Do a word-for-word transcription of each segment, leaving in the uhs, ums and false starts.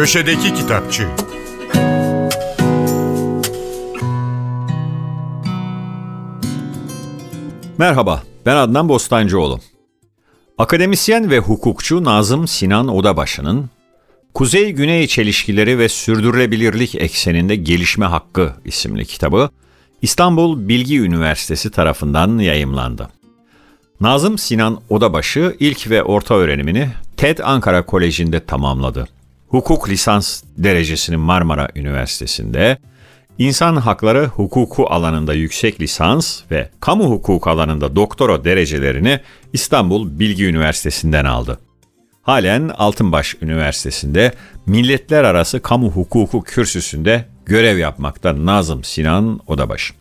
Köşedeki Kitapçı. Merhaba, ben Adnan Bostancıoğlu. Akademisyen ve hukukçu Nazım Sinan Odabaşı'nın Kuzey-Güney Çelişkileri ve Sürdürülebilirlik Ekseninde Gelişme Hakkı isimli kitabı İstanbul Bilgi Üniversitesi tarafından yayımlandı. Nazım Sinan Odabaşı ilk ve orta öğrenimini TED Ankara Koleji'nde tamamladı. Hukuk lisans derecesini Marmara Üniversitesi'nde, İnsan hakları hukuku alanında yüksek lisans ve kamu hukuku alanında doktora derecelerini İstanbul Bilgi Üniversitesi'nden aldı. Halen Altınbaş Üniversitesi'nde Milletler Arası Kamu Hukuku Kürsüsü'nde görev yapmakta Nazım Sinan Odabaşı.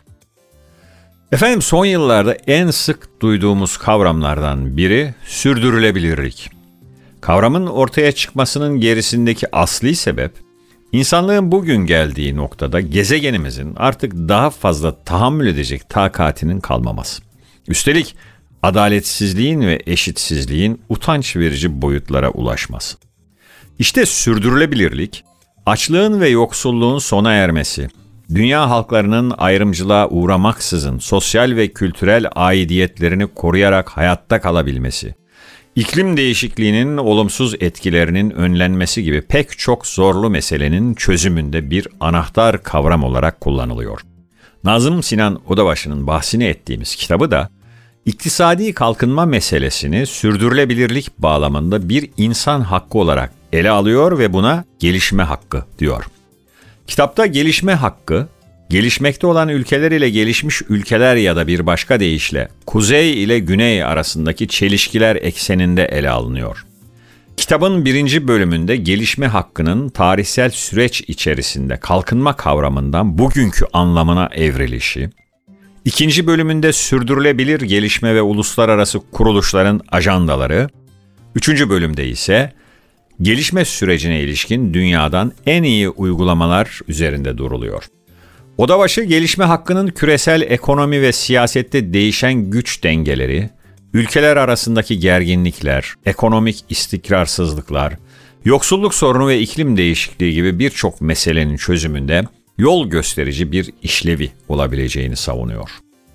Efendim, son yıllarda en sık duyduğumuz kavramlardan biri sürdürülebilirlik. Kavramın ortaya çıkmasının gerisindeki asli sebep, İnsanlığın bugün geldiği noktada gezegenimizin artık daha fazla tahammül edecek takatinin kalmaması. Üstelik adaletsizliğin ve eşitsizliğin utanç verici boyutlara ulaşması. İşte sürdürülebilirlik, açlığın ve yoksulluğun sona ermesi, dünya halklarının ayrımcılığa uğramaksızın sosyal ve kültürel aidiyetlerini koruyarak hayatta kalabilmesi, İklim değişikliğinin olumsuz etkilerinin önlenmesi gibi pek çok zorlu meselenin çözümünde bir anahtar kavram olarak kullanılıyor. Nazım Sinan Odabaşı'nın bahsini ettiğimiz kitabı da iktisadi kalkınma meselesini sürdürülebilirlik bağlamında bir insan hakkı olarak ele alıyor ve buna gelişme hakkı diyor. Kitapta gelişme hakkı, gelişmekte olan ülkeler ile gelişmiş ülkeler ya da bir başka deyişle kuzey ile güney arasındaki çelişkiler ekseninde ele alınıyor. Kitabın birinci bölümünde gelişme hakkının tarihsel süreç içerisinde kalkınma kavramından bugünkü anlamına evrilişi, ikinci bölümünde sürdürülebilir gelişme ve uluslararası kuruluşların ajandaları, üçüncü bölümde ise gelişme sürecine ilişkin dünyadan en iyi uygulamalar üzerinde duruluyor. Odabaşı, gelişme hakkının küresel ekonomi ve siyasette değişen güç dengeleri, ülkeler arasındaki gerginlikler, ekonomik istikrarsızlıklar, yoksulluk sorunu ve iklim değişikliği gibi birçok meselenin çözümünde yol gösterici bir işlevi olabileceğini savunuyor.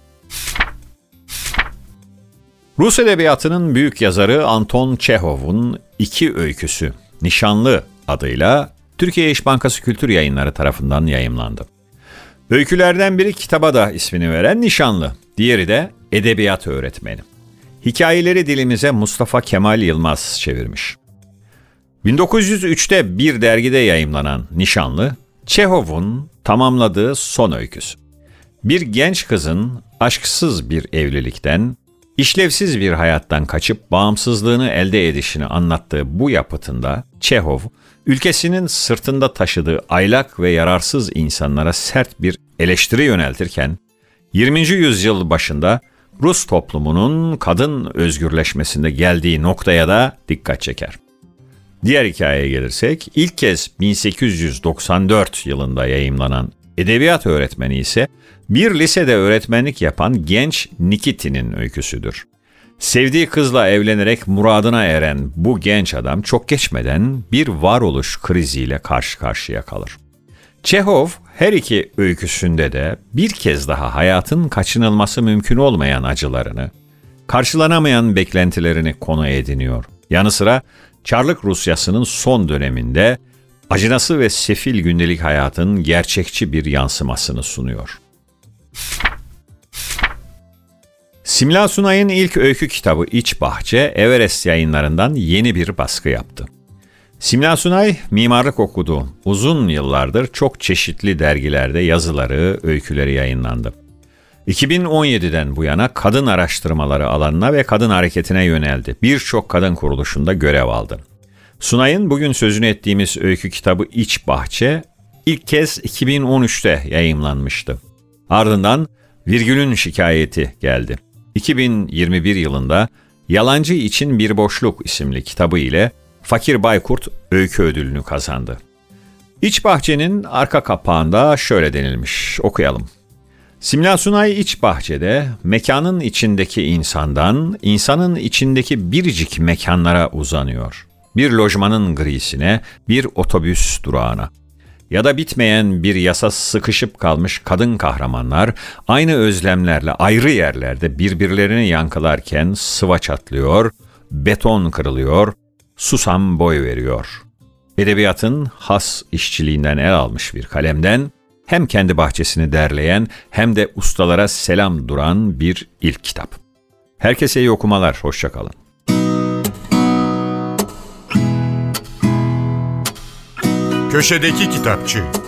Rus edebiyatının büyük yazarı Anton Çehov'un iki öyküsü Nişanlı adıyla Türkiye İş Bankası Kültür Yayınları tarafından yayımlandı. Öykülerden biri kitaba da ismini veren Nişanlı, diğeri de Edebiyat Öğretmeni. Hikayeleri dilimize Mustafa Kemal Yılmaz çevirmiş. bin dokuz yüz üçte bir dergide yayımlanan Nişanlı, Çehov'un tamamladığı son öyküsü. Bir genç kızın aşksız bir evlilikten, işlevsiz bir hayattan kaçıp bağımsızlığını elde edişini anlattığı bu yapıtında Çehov, ülkesinin sırtında taşıdığı aylak ve yararsız insanlara sert bir eleştiri yöneltirken, yirminci yüzyıl başında Rus toplumunun kadın özgürleşmesinde geldiği noktaya da dikkat çeker. Diğer hikayeye gelirsek, ilk kez bin sekiz yüz doksan dört yılında yayımlanan Edebiyat Öğretmeni ise bir lisede öğretmenlik yapan genç Nikitin'in öyküsüdür. Sevdiği kızla evlenerek muradına eren bu genç adam çok geçmeden bir varoluş kriziyle karşı karşıya kalır. Çehov her iki öyküsünde de bir kez daha hayatın kaçınılması mümkün olmayan acılarını, karşılanamayan beklentilerini konu ediniyor. Yanı sıra Çarlık Rusyası'nın son döneminde acınası ve sefil gündelik hayatın gerçekçi bir yansımasını sunuyor. Simla Sunay'ın ilk öykü kitabı İç Bahçe, Everest Yayınları'ndan yeni bir baskı yaptı. Simla Sunay mimarlık okudu. Uzun yıllardır çok çeşitli dergilerde yazıları, öyküleri yayınlandı. iki bin on yediden bu yana kadın araştırmaları alanına ve kadın hareketine yöneldi. Birçok kadın kuruluşunda görev aldı. Sunay'ın bugün sözünü ettiğimiz öykü kitabı İç Bahçe ilk kez iki bin on üçte yayımlanmıştı. Ardından Virgül'ün Şikayeti geldi. iki bin yirmi bir yılında Yalancı İçin Bir Boşluk isimli kitabı ile Fakir Baykurt öykü ödülünü kazandı. İç Bahçe'nin arka kapağında şöyle denilmiş, okuyalım. Simla Sunay İç Bahçe'de mekanın içindeki insandan insanın içindeki biricik mekanlara uzanıyor. bir lojmanın grisine, bir otobüs durağına. Ya da bitmeyen bir yasa sıkışıp kalmış kadın kahramanlar aynı özlemlerle ayrı yerlerde birbirlerini yankılarken sıva çatlıyor, beton kırılıyor, susam boy veriyor. Edebiyatın has işçiliğinden el almış bir kalemden hem kendi bahçesini derleyen hem de ustalara selam duran bir ilk kitap. Herkese iyi okumalar, hoşça kalın. Köşedeki Kitapçı.